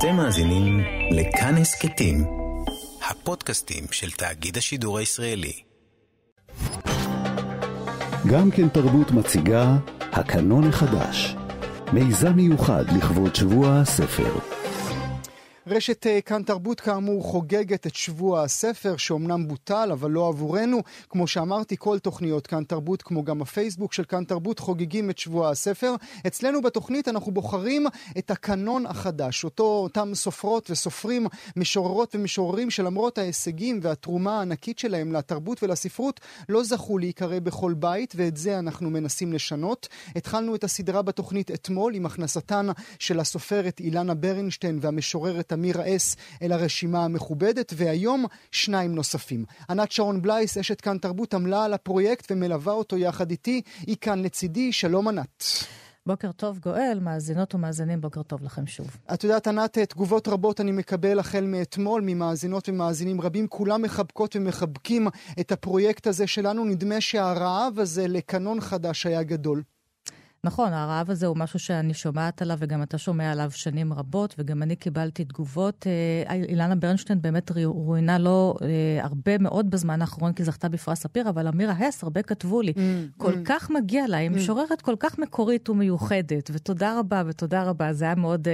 אתם מאזינים לכאן הסכתים, הפודקאסטים של תאגיד השידור הישראלי. גם כן תרבות מציגה הקנון החדש, מיזם מיוחד לכבוד שבוע הספר. רשת כאן תרבות כאמור חוגגת את שבוע הספר שאומנם בוטל אבל לא עבורנו. כמו שאמרתי, כל תוכניות כאן תרבות כמו גם הפייסבוק של כאן תרבות חוגגים את שבוע הספר. אצלנו בתוכנית אנחנו בוחרים את הקנון החדש, אותם סופרות וסופרים, משוררות ומשוררים שלמרות ההישגים והתרומה הענקית שלהם לתרבות ולספרות לא זכו להיקרא בכל בית, ואת זה אנחנו מנסים לשנות. התחלנו את הסדרה בתוכנית אתמול עם הכנסתן של הסופרת אילנה ברנשטיין והמשוררת אמירה אס אל הרשימה המכובדת, והיום שניים נוספים. ענת שרון בלייס, אשת כאן תרבות, עמלה על הפרויקט ומלווה אותו יחד איתי. היא כאן לצידי. שלום ענת. בוקר טוב גואל, מאזינות ומאזינים, בוקר טוב לכם שוב. את יודעת ענת, תגובות רבות אני מקבל החל מאתמול ממאזינות ומאזינים רבים, כולם מחבקות ומחבקים את הפרויקט הזה שלנו. נדמה שהרעב הזה לקנון חדש היה גדול. נכון, הרעב הזה הוא משהו שאני שומעת עליו, וגם אתה שומע עליו שנים רבות, וגם אני קיבלתי תגובות. אילנה ברנשטיין באמת רואיינה לו הרבה מאוד בזמן האחרון, כי זכתה בפרס ספיר, אבל אמירה אס הרבה כתבו לי, כל כך מגיע לה, היא משוררת כל כך מקורית ומיוחדת, ותודה רבה, ותודה רבה, זה היה מאוד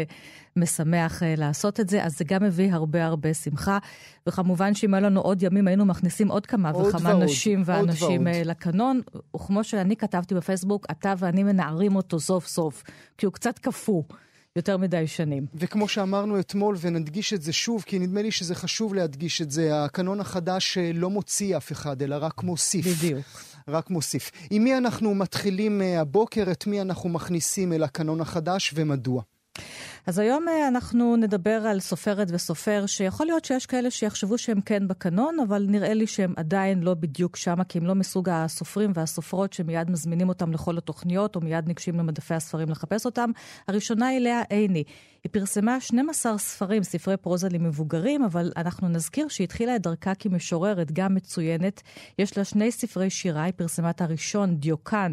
משמח לעשות את זה, אז זה גם מביא הרבה שמחה, וכמובן שאם היה לנו עוד ימים, היינו מכניסים עוד כמה וכמה נשים ואנשים לקנון, וכמו שאני כתבתי בפייסבוק, אתה ואני מנערים אותו סוף סוף, כי הוא קצת קפוא יותר מדי שנים. וכמו שאמרנו אתמול, ונדגיש את זה שוב, כי נדמה לי שזה חשוב להדגיש את זה, הקנון החדש לא מוציא אף אחד, אלא רק מוסיף. בדיוק. רק מוסיף. עם מי אנחנו מתחילים הבוקר, את מי אנחנו מכניסים אל הקנון החדש ומדוע? אז היום אנחנו נדבר על סופרת וסופר שיכול להיות שיש כאלה שיחשבו שהם כן בקנון, אבל נראה לי שהם עדיין לא בדיוק שמה, כי הם לא מסוג הסופרים והסופרות שמיד מזמינים אותם לכל התוכניות, או מיד ניגשים למדפי הספרים לחפש אותם. הראשונה היא לאה עיני. היא פרסמה 12 ספרים, ספרי פרוזה למבוגרים, אבל אנחנו נזכיר שהיא התחילה את דרכה כמשוררת, גם מצוינת. יש לה 2 ספרי שירה, היא פרסמה את הראשון, דיוקן,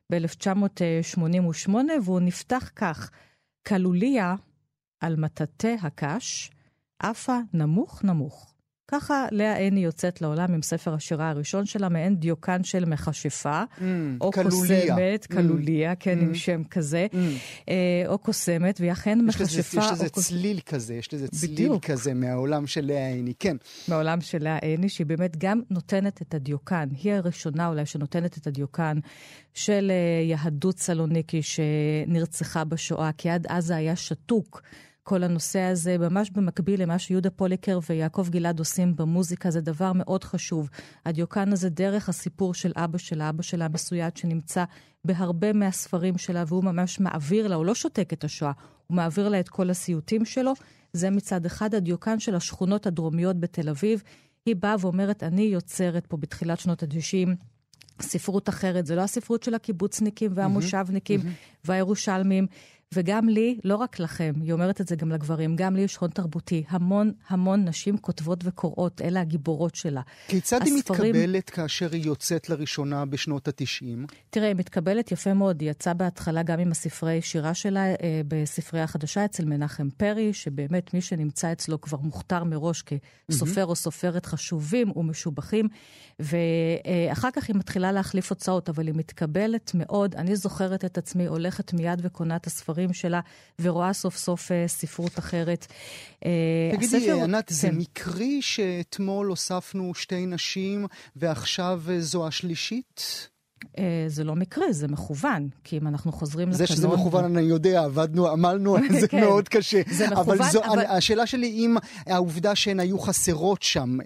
ב-1988, והוא נפתח כך: קלוליה על מטאטה הקש, אפה נמוך נמוך. ככה לאה עיני יוצאת לעולם עם ספר השירה הראשון שלה, מעין דיוקן של מכשפה, או קוסמת, קלוליה, כן, עם שם כזה, או קוסמת, והיא אכן מכשפה. יש לזה צליל כזה, יש לזה צליל כזה מהעולם של לאה עיני, כן. מהעולם של לאה עיני, שהיא באמת גם נותנת את הדיוקן, היא הראשונה אולי שנותנת את הדיוקן של יהדות סלוניקי שנרצחה בשואה, כי עד אז זה היה שתוק. כל הנושא הזה ממש במקביל למה שיהודה פוליקר ויעקב גלעד עושים במוזיקה, זה דבר מאוד חשוב. הדיוקן הזה דרך הסיפור של אבא שלה מסויד שנמצא בהרבה מהספרים שלה, והוא ממש מעביר לה, הוא לא שותק את השואה, הוא מעביר לה את כל הסיוטים שלו. זה מצד אחד הדיוקן של השכונות הדרומיות בתל אביב. היא באה ואומרת, אני יוצרת פה בתחילת שנות ה-90 ספרות אחרת, זה לא הספרות של הקיבוצניקים והמושבניקים והירושלמים, וגם לי, לא רק לכם, היא אומרת את זה גם לגברים, גם לי יש הון תרבותי, המון נשים כותבות וקוראות, אלה הגיבורות שלה. כיצד היא מתקבלת כאשר היא יוצאת לראשונה בשנות ה-90? תראה, היא מתקבלת יפה מאוד, היא יצאה בהתחלה גם עם הספרי שירה שלה, בספרי החדשה אצל מנחם פרי, שבאמת מי שנמצא אצלו כבר מוכתר מראש כסופר או סופרת חשובים ומשובחים, ואחר כך היא מתחילה להחליף הוצאות, אבל היא מתקבלת מאוד, אני זוכרת את עצמי, הולכת מיד וקונה את הספרים שלה, ורואה סוף סוף ספרות אחרת. תגידי, ענת, זה מקרי שאתמול הוספנו 2 נשים, ועכשיו זו השלישית? זה לא מקרי, זה מכוון, כי אם אנחנו חוזרים לקנון... זה שזה מכוון, אני יודע, עמלנו על זה מאוד קשה. זה מכוון, אבל השאלה שלי, אם העובדה שהן היו חסרות שם,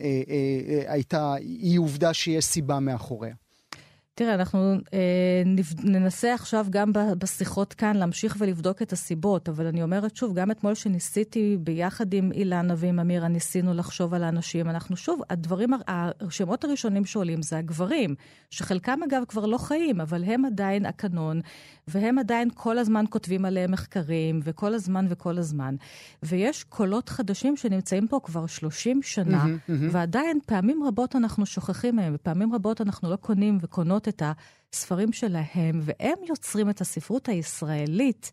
היא עובדה שיש סיבה מאחוריה. תראה, אנחנו ננסה עכשיו גם בשיחות כאן להמשיך ולבדוק את הסיבות, אבל אני אומרת שוב, גם אתמול שניסיתי ביחד עם אילנה ועם אמירה, ניסינו לחשוב על האנשים, אנחנו שוב, השמות הראשונים שעולים זה הגברים, שחלקם אגב כבר לא חיים, אבל הם עדיין הקנון, והם עדיין כל הזמן כותבים עליהם מחקרים, וכל הזמן, ויש קולות חדשים שנמצאים פה כבר 30 שנה, ועדיין פעמים רבות אנחנו שוכחים מהם, ופעמים רבות אנחנו לא קונים וקונות את הספרים שלהם, והם יוצרים את הספרות הישראלית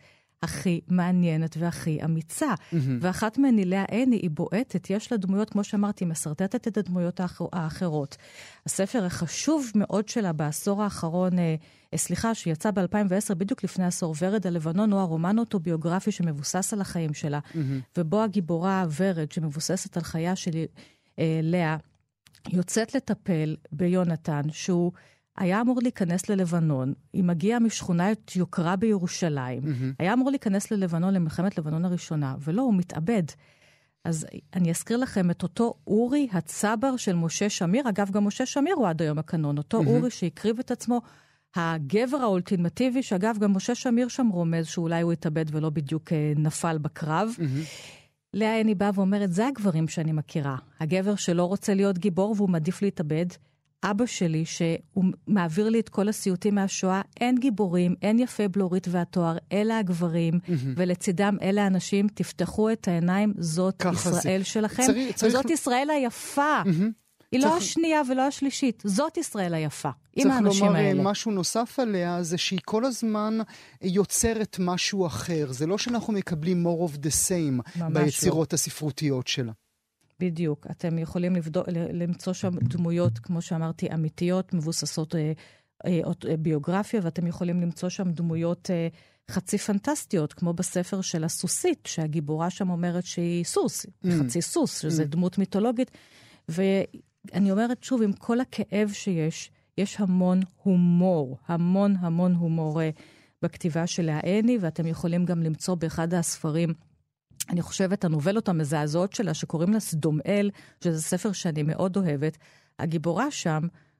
הכי מעניינת והכי אמיצה. ואחת מנילי העני היא בועטת, יש לה דמויות, כמו שאמרתי, מסרטטת את הדמויות האחרות. הספר החשוב מאוד שלה בעשור האחרון, שיצא ב-2010, בדיוק לפני עשור, ורד הלבנון, הוא הרומן אוטוביוגרפי שמבוסס על החיים שלה, ובו הגיבורה ורד, שמבוססת על חייה של לאה, יוצאת לטפל ביונתן, שהוא היה אמור להיכנס ללבנון, היא מגיעה משכונת יוקרה בירושלים, היה אמור להיכנס ללבנון, למלחמת לבנון הראשונה, ולא, הוא מתאבד. אז אני אזכיר לכם את אותו אורי הצבר של משה שמיר, אגב גם משה שמיר הוא עד היום הקנון, אותו אורי שהקריב את עצמו, הגבר האולטימטיבי, שאגב גם משה שמיר שם רומז שאולי הוא התאבד ולא בדיוק נפל בקרב. לאה עיני באה ואומרת, זה הגברים שאני מכירה. הגבר שלא רוצה להיות גיבור והוא מעדיף להתאבד. אבא שלי שהוא מעביר לי את כל הסיוטים מהשואה, אין גיבורים, אין יפה בלורית והתואר, אלה הגברים, ולצידם אלה האנשים, תפתחו את העיניים, זאת ישראל שלכם. וזאת ישראל היפה. היא לא השנייה ולא השלישית, זאת ישראל היפה. עם האנשים האלה. צריך לומר משהו נוסף עליה, זה שהיא כל הזמן יוצרת משהו אחר. זה לא שאנחנו מקבלים more of the same ביצירות הספרותיות שלה. בדיוק. אתם יכולים למצוא שם דמויות, כמו שאמרתי, אמיתיות, מבוססות ביוגרפיה, ואתם יכולים למצוא שם דמויות חצי פנטסטיות, כמו בספר של הסוסית, שהגיבורה שם אומרת שהיא סוס, חצי סוס, שזה דמות מיתולוגית. ואני אומרת שוב, עם כל הכאב שיש, יש המון הומור, המון הומור בכתיבה של לאה עיני, ואתם יכולים גם למצוא באחד הספרים, אני חושבת, הנובלות המזעזעות שלה, שקוראים לה סדומאל, שזה ספר שאני מאוד אוהבת, הגיבורה שם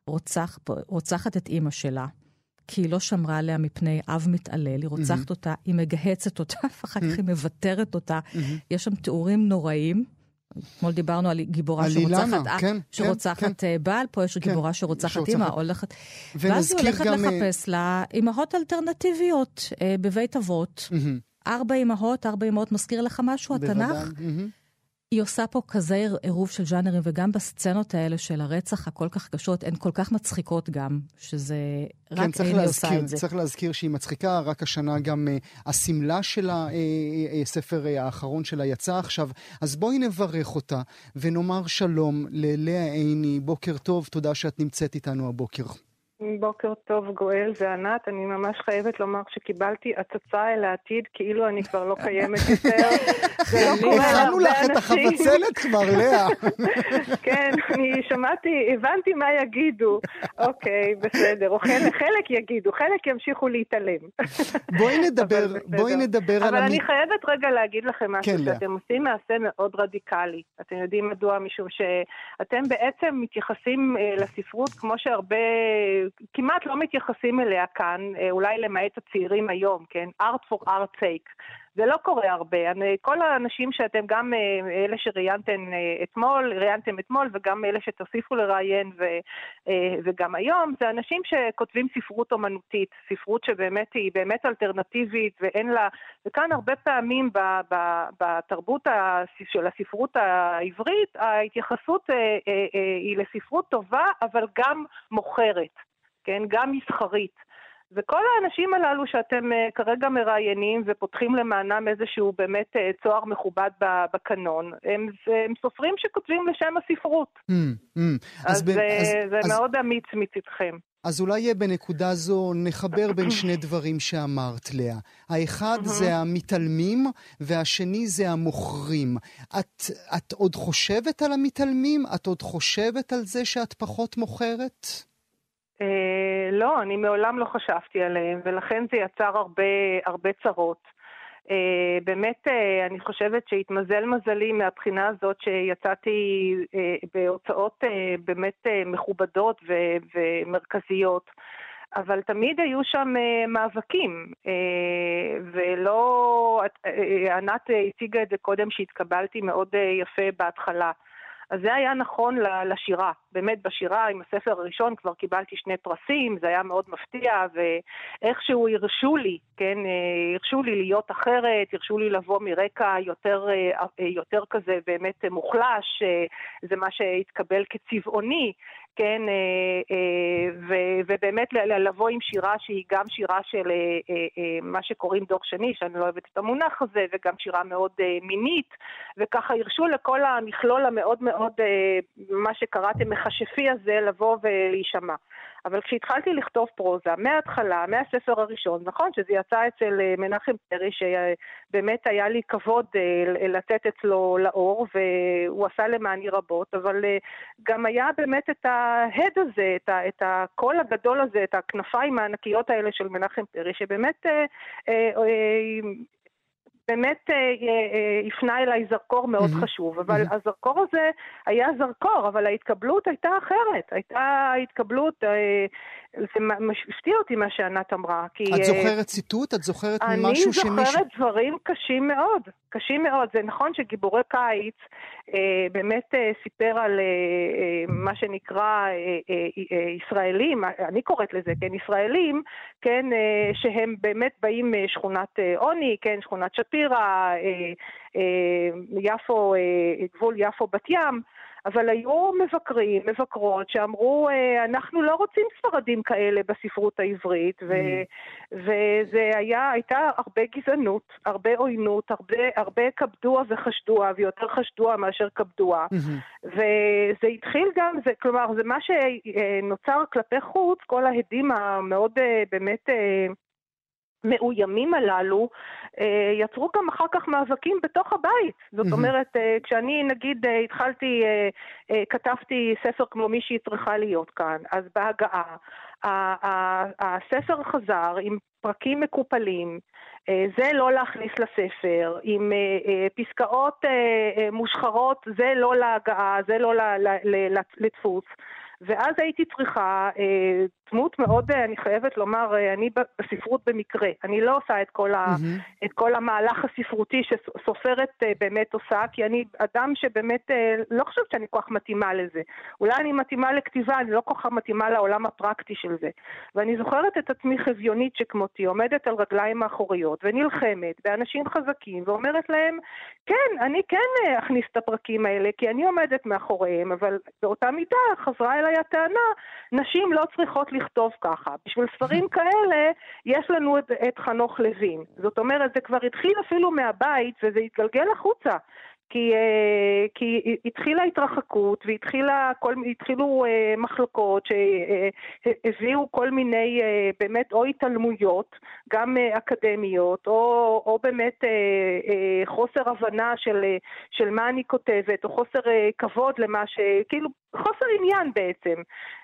רוצחת את אמא שלה, כי היא לא שמרה עליה מפני אב מתעלל, היא רוצחת אותה, היא מגהצת אותה, ואחר כך היא מבטרת אותה. יש שם תיאורים נוראים, אתמול דיברנו על גיבורה שרוצחת בעל, פה יש גיבורה שרוצחת אמא, ואז היא הולכת לחפש לה אמהות אלטרנטיביות בבית אבות, 4 אמהות, מזכיר לך משהו, התנ"ך? היא עושה פה כזה עירוב של ז'אנרים, וגם בסצנות האלה של הרצח הכל כך קשות, הן כל כך מצחיקות גם, שזה רק עיני עושה את זה. צריך להזכיר שהיא מצחיקה, רק השנה גם הסמלה של הספר האחרון שלה יצא עכשיו, אז בואי נברך אותה, ונאמר שלום ללאה עיני, בוקר טוב, תודה שאת נמצאת איתנו הבוקר. בוקר טוב גואל, זה ענת, אני ממש חייבת לומר שקיבלתי הצצה אל העתיד, כאילו אני כבר לא קיימת יותר. הכנו לך את החבצלת כבר, לאה. כן, אני שמעתי, הבנתי מה יגידו. אוקיי, בסדר, או חלק יגידו, חלק ימשיכו להתעלם. בואי נדבר על... אבל אני חייבת רגע להגיד לכם משהו, שאתם עושים מעשה מאוד רדיקלי. אתם יודעים מדוע, משום שאתם בעצם מתייחסים לספרות כמו שהרבה... כמעט לא מתייחסים אליה כאן, אולי למעט הצעירים היום, כן? Art for art's sake. זה לא קורה הרבה. כל האנשים שאתם, גם אלה שראיינתם אתמול, וגם אלה שתוסיפו לראיין, וגם היום, זה אנשים שכותבים ספרות אומנותית, ספרות שבאמת היא באמת אלטרנטיבית, ואין לה, וכאן הרבה פעמים בתרבות של הספרות העברית, ההתייחסות היא לספרות טובה, אבל גם מוכרת. כן, גם מסחרית. וכל האנשים הללו שאתם כרגע מראיינים ופותחים למענם איזשהו באמת צוהר מכובד בקנון, הם סופרים שכותבים לשם הספרות. אז זה מאוד אמיץ מצדכם. אז אולי בנקודה זו נחבר בין שני דברים שאמרת, לאה. האחד זה המתעלמים, והשני זה המוכרים. את עוד חושבת על המתעלמים? את עוד חושבת על זה שאת פחות מוכרת? לא, אני מעולם לא חשבתי עליהם, ולכן זה יצר הרבה צרות. באמת, אני חושבת שהתמזל מזלי מהבחינה הזאת שיצאתי בהוצאות באמת מכובדות ומרכזיות, אבל תמיד היו שם מאבקים, ולא, ענת הציגה את זה קודם שהתקבלתי מאוד יפה בהתחלה. אז זה היה נכון לשירה. באמת בשירה עם הספר הראשון כבר קיבלתי 2 פרסים, זה היה מאוד מפתיע, ואיכשהו הרשו לי, כן, הרשו לי להיות אחרת, הרשו לי לבוא מרקע יותר כזה באמת מוחלש, זה מה שהתקבל כצבעוני, כן, ובאמת לבוא עם שירה שהיא גם שירה של מה שקוראים דור שני, שאני לא אוהבת את המונח הזה, וגם שירה מאוד מינית, וככה הרשו לכל המכלול המאוד מאוד, מה שקראתם מחשפי הזה, לבוא ולהישמע. אבל כשהתחלתי לכתוב פרוזה, מההתחלה, מהספר הראשון, נכון שזה יצא אצל מנחם פרי, שבאמת היה לי כבוד לתת אצלו לאור, והוא עשה למעני רבות, אבל גם היה באמת את ההד הזה, את הקול הגדול הזה, את הכנפיים הענקיות האלה של מנחם פרי, שבאמת הפנה אליי זרקור מאוד חשוב, אבל הזרקור הזה היה זרקור, אבל ההתקבלות הייתה אחרת, הייתה התקבלות, זה הפתיע אותי מה שענת אמרה. את זוכרת ציטוט? את זוכרת משהו שמישהו... אני זוכרת דברים קשים מאוד, קשים מאוד. זה נכון שגיבורי קיץ באמת סיפר על מה שנקרא ישראלים, אני קוראת לזה, כן, ישראלים, כן, שהם באמת באים משכונת עוני, כן, שכונת שפירא, יפו, גבול יפו בת ים, אבל היו מבקרים, מבקרות שאמרו, אנחנו לא רוצים ספרדים כאלה בספרות העברית, וזה הייתה הרבה גזענות, הרבה עוינות, הרבה כבדוע וחשדוע, ויותר חשדוע מאשר כבדוע. וזה התחיל גם, כלומר, זה מה שנוצר כלפי חוץ, כל ההדים המאוד באמת... מאוימים הללו, יצרו גם אחר כך מאבקים בתוך הבית. זאת אומרת, כשאני נגיד התחלתי, כתבתי ספר כמו מי שהיא צריכה להיות כאן, אז בהגעה, הספר חזר עם פרקים מקופלים, זה לא להכניס לספר, עם פסקאות מושחרות, זה לא להגעה, זה לא לדפוס. ואז הייתי צריכה דמות מאוד, אני חייבת לומר, אני בספרות במקרה, אני לא עושה את כל המהלך הספרותי שסופרת באמת עושה, כי אני אדם שבאמת לא חושבת שאני כל כך מתאימה לזה. אולי אני מתאימה לכתיבה, אני לא כל כך מתאימה לעולם הפרקטי של זה. ואני זוכרת את עצמי חביונית שכמותי, עומדת על רגליים האחוריות, ונלחמת באנשים חזקים, ואומרת להם, כן, אני כן אכניס את הפרקים האלה, כי אני עומדת מאחוריהם, אבל באותה מידה חזרה אליי הטענה, נשים לא צריכות לכתוב ככה. בשביל ספרים כאלה, יש לנו את חנוך לוין. זאת אומרת, זה כבר התחיל אפילו מהבית, וזה התגלגל החוצה. כי התחילה התרחקות, והתחילו מחלוקות שהביאו כל מיני באמת או התעלמויות, גם אקדמיות, או באמת חוסר הבנה של מה אני כותבת, או חוסר כבוד למה כאילו חוסר עניין בעצם.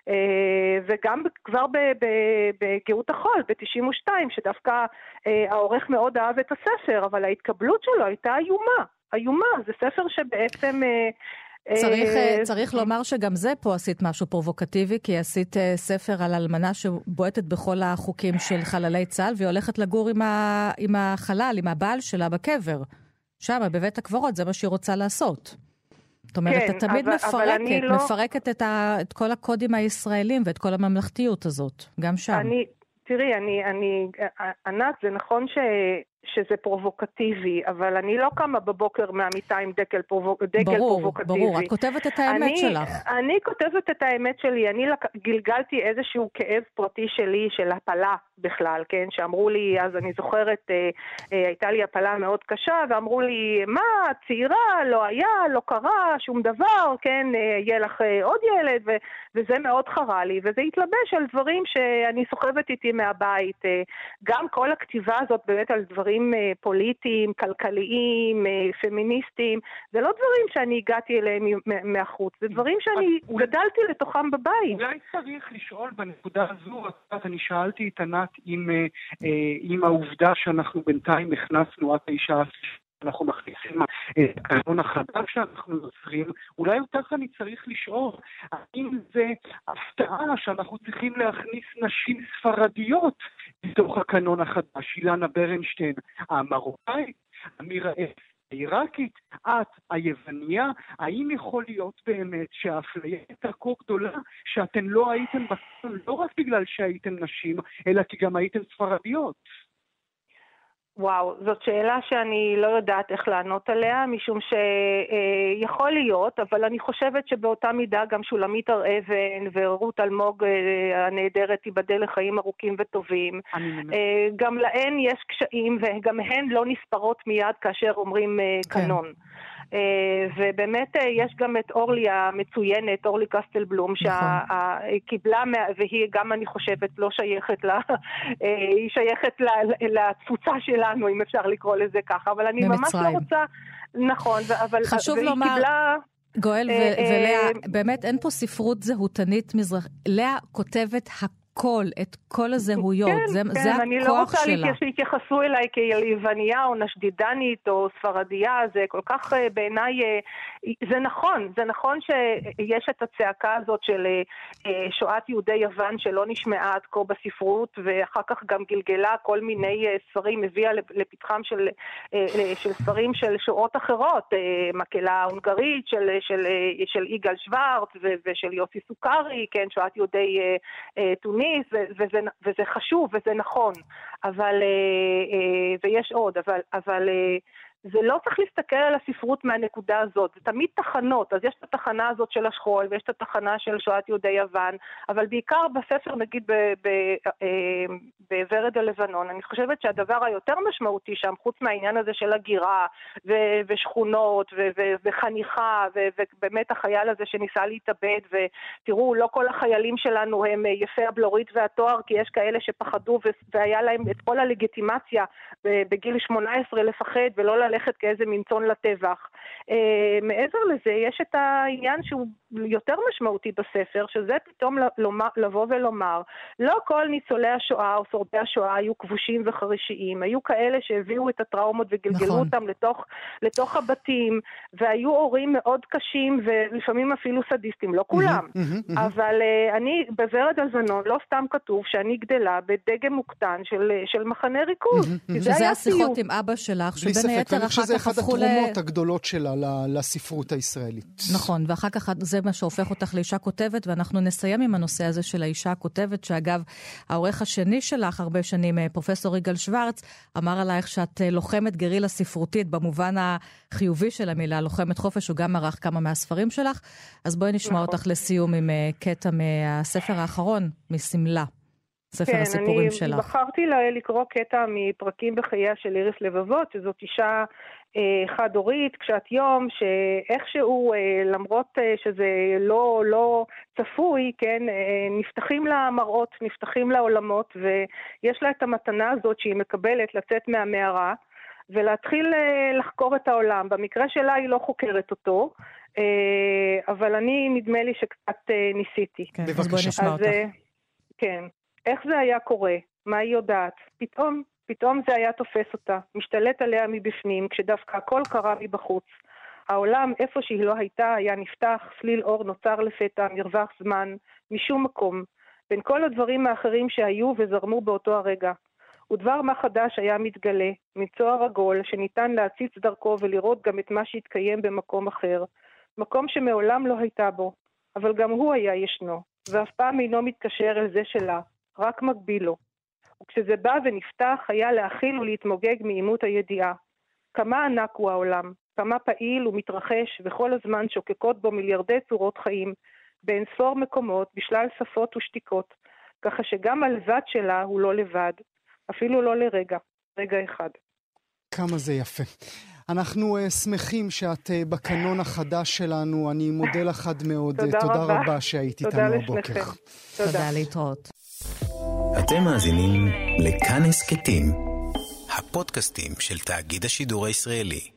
וגם כבר בגאות החול, ב-92, שדווקא העורך מאוד אהב את הספר, אבל ההתקבלות שלו הייתה איומה, זה ספר שבעצם... צריך לומר שגם זה פה עשית משהו פרובוקטיבי, כי עשית ספר על אלמנה שבועטת בכל החוקים של חללי צה"ל, והיא הולכת לגור עם החלל, עם הבעל שלה בקבר. שם, בבית הקברות, זה מה שהיא רוצה לעשות. זאת אומרת, את תמיד מפרקת את כל הקודים הישראלים ואת כל הממלכתיות הזאת, גם שם. תראי, ענת, זה נכון שזה פרובוקטיבי, אבל אני לא קמה בבוקר מהמיטה עם דקל פרובוקטיבי. ברור, את כותבת את האמת שלך. אני כותבת את האמת שלי, אני גלגלתי איזשהו כאב פרטי שלי, של הפלה בכלל, כן, שאמרו לי, אז אני זוכרת, הייתה לי הפלה מאוד קשה, ואמרו לי, מה, צעירה, לא היה, לא קרה, שום דבר, כן, יהיה לך עוד ילד, וזה מאוד חרה לי, וזה התלבש על דברים שאני סוחבת איתי מהבית, גם כל הכתיבה הזאת באמת על דברים פוליטיים, כלכליים, פמיניסטיים, זה לא דברים שאני הגעתי אליהם מהחוץ, זה דברים שאני גדלתי לתוכם בבית. אולי צריך לשאול בנקודה הזו, אני שאלתי את ענת עם העובדה שאנחנו בינתיים הכנסנו, את האישה אנחנו מכניסים את הקנון החדש שאנחנו יוצרים, אולי יותר אני צריך לשאול, האם זה הפתעה שאנחנו צריכים להכניס נשים ספרדיות בתוך הקנון החדש, אילנה ברנשטיין, המרוקאית, אמירה העיראקית, את, היווניה, האם יכול להיות באמת שהאפליה הייתה כה גדולה שאתן לא הייתן בקנון, לא רק בגלל שהייתן נשים, אלא כי גם הייתן ספרדיות? וואו, זאת שאלה שאני לא יודעת איך לענות עליה, משום שיכול להיות, אבל אני חושבת שבאותה מידה גם שולמית הר-אבן ורות אלמוג הנהדרת תיבדל לחיים ארוכים וטובים. גם להן יש קשיים וגם הן לא נספרות מיד כאשר אומרים קנון. ובאמת יש גם את אורלי המצוינת, אורלי קסטלבלום, שקיבלה, והיא גם אני חושבת לא שייכת היא שייכת לתפוצה שלנו, אם אפשר לקרוא לזה ככה, אבל אני ממש לא רוצה, נכון, אבל חשוב לומר, גואל ולאה, באמת אין פה ספרות זהותנית מזרח, לאה כותבת הכל, את כל הזהויות, זה הכוח שלה. אני לא רוצה שיתייחסו אליי כיווניה או נשדידנית או ספרדיה, זה כל כך בעיניי, זה נכון שיש את הצעקה הזאת של שואת יהודי יוון שלא נשמעה עד כה בספרות, ואחר כך גם גלגלה כל מיני ספרים, הביאה לפתחם של ספרים של שואות אחרות, מקהלה ההונגרית של יגאל שוורץ ושל יוסי סוכרי, כן, שואת יהודי טוניס, וזה חשוב וזה נכון, ויש עוד, אבל זה לא צריך להסתכל על הספרות מהנקודה הזאת, זה תמיד תחנות, אז יש את התחנה הזאת של השכול, ויש את התחנה של שואת יהודי יוון, אבל בעיקר בספר, נגיד בוורד הלבנון, אני חושבת שהדבר היותר משמעותי שם, חוץ מהעניין הזה של הגירה, ושכונות, וחניכה, ובאמת החייל הזה שניסה להתאבד, ותראו, לא כל החיילים שלנו הם יפי הבלורית והתואר, כי יש כאלה שפחדו, והיה להם את כל הלגיטימציה, בגיל 18 לפחד, ולא ללכת כאיזה מנצון לטבח. מעבר לזה, יש את העניין שהוא יותר משמעותי בספר, שזה פתאום לבוא ולומר, לא כל ניצולי השואה או שורדי השואה היו כבושים וחרישיים, היו כאלה שהביאו את הטראומות וגלגלו אותם לתוך הבתים, והיו הורים מאוד קשים ולפעמים אפילו סדיסטים, לא כולם. אבל אני בוורד הלבנון לא סתם כתוב שאני גדלה בדגם מוקטן של מחנה ריכוז. שזה השיחות עם אבא שלך, שבין היתר אני חושב שזה אחד התרומות הגדולות שלה לספרות הישראלית. נכון, ואחר כך זה מה שהופך אותך לאישה כותבת, ואנחנו נסיים עם הנושא הזה של האישה הכותבת, שאגב, העורך השני שלך הרבה שנים, פרופסור יגאל שוורץ, אמר עלייך שאת לוחמת גרילה ספרותית, במובן החיובי של המילה, לוחמת חופש, הוא גם ערך כמה מהספרים שלך, אז בואי נשמע אותך לסיום עם קטע מהספר האחרון, מסמלה. ספר הסיפורים שלך. כן, אני בחרתי לקרוא קטע מפרקים בחייה של איריס לבבות, שזאת אישה חד-הורית, קשת יום, שאיכשהו, למרות שזה לא צפוי, כן, נפתחים לה מראות, נפתחים לה עולמות, ויש לה את המתנה הזאת שהיא מקבלת לצאת מהמערה, ולהתחיל לחקור את העולם. במקרה שלה היא לא חוקרת אותו, אבל נדמה לי שקצת ניסיתי. כן, אז בואי נשמע אותך. כן. איך זה היה קורה? מה היא יודעת? פתאום זה היה תופס אותה, משתלט עליה מבפנים, כשדווקא הכל קרה מבחוץ. העולם, איפה שהיא לא הייתה, היה נפתח, סליל אור נוצר לפתע, מרווח זמן, משום מקום, בין כל הדברים האחרים שהיו וזרמו באותו הרגע. ודבר מה חדש היה מתגלה, מצוהר עגול, שניתן להציץ דרכו ולראות גם את מה שהתקיים במקום אחר. מקום שמעולם לא הייתה בו, אבל גם הוא היה ישנו, ואף פעם אינו מתקשר אל זה שלה. רק מקביל לו. וכשזה בא ונפתח, היה להכיל ולהתמוגג מאימות הידיעה. כמה ענק הוא העולם, כמה פעיל ומתרחש, וכל הזמן שוקקות בו מיליארדי צורות חיים, באין ספור מקומות, בשלל שפות ושתיקות, ככה שגם הלבד שלה הוא לא לבד, אפילו לא לרגע, רגע אחד. כמה זה יפה. אנחנו שמחים שאת בקנון החדש שלנו, אני מודה לך עד מאוד. תודה רבה שהיית איתנו הבוקר. תודה, להתראות. אתם מאזינים לכאן הסכתים, הפודקאסטים של תאגיד השידור הישראלי.